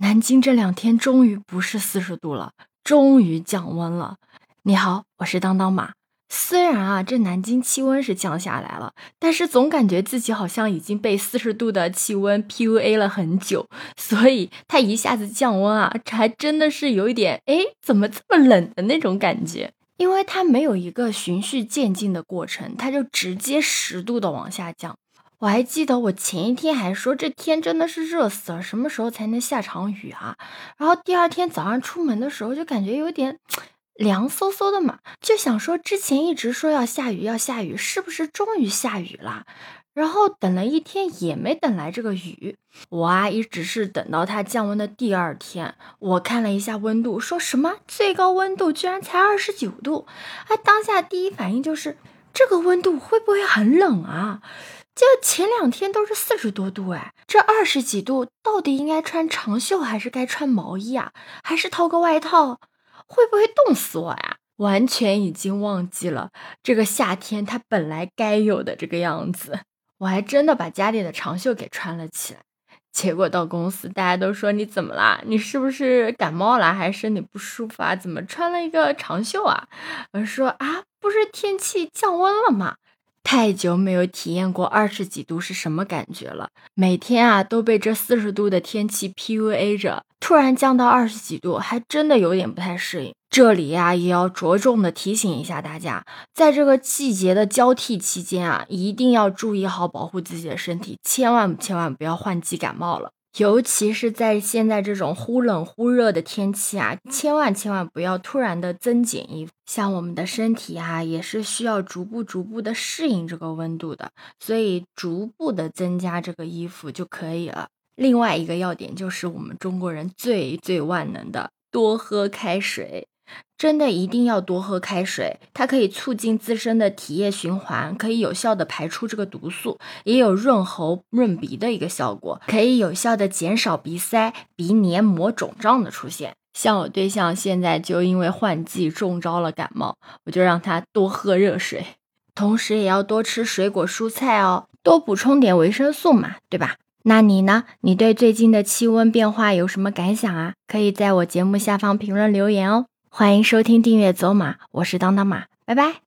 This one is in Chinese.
南京这2天终于不是40度了，终于降温了。你好，我是当当马。虽然这南京气温是降下来了，但是总感觉自己好像已经被40度的气温 PUA 了很久，所以它一下子降温这还真的是有一点怎么这么冷的那种感觉。因为它没有一个循序渐进的过程，它就直接10度的往下降。我还记得我前一天还说这天真的是热死了，什么时候才能下场雨然后第2天早上出门的时候就感觉有点凉飕飕的嘛，就想说之前一直说要下雨，是不是终于下雨啦？然后等了1天也没等来这个雨，我一直是等到它降温的第2天，我看了一下温度，说什么最高温度居然才29度，当下第一反应就是这个温度会不会很冷就前2天都是40多度这20几度到底应该穿长袖还是该穿毛衣还是套个外套？会不会冻死我完全已经忘记了这个夏天它本来该有的这个样子。我还真的把家里的长袖给穿了起来，结果到公司大家都说你怎么啦？你是不是感冒了还是身体不舒服怎么穿了一个长袖我说不是天气降温了吗？太久没有体验过20几度是什么感觉了，每天都被这40度的天气 PUA 着，突然降到20几度还真的有点不太适应。这里也要着重的提醒一下大家，在这个季节的交替期间一定要注意好保护自己的身体，千万不要换季感冒了。尤其是在现在这种忽冷忽热的天气千万不要突然的增减衣服。像我们的身体也是需要逐步的适应这个温度的，所以逐步的增加这个衣服就可以了。另外一个要点就是我们中国人最万能的多喝开水。真的一定要多喝开水，它可以促进自身的体液循环，可以有效的排出这个毒素，也有润喉润鼻的一个效果，可以有效的减少鼻塞、鼻黏膜肿胀的出现。像我对象现在就因为换季中招了感冒，我就让他多喝热水，同时也要多吃水果蔬菜多补充点维生素嘛，对吧？那你呢？你对最近的气温变化有什么感想可以在我节目下方评论留言欢迎收听订阅走马，我是当当马，拜拜。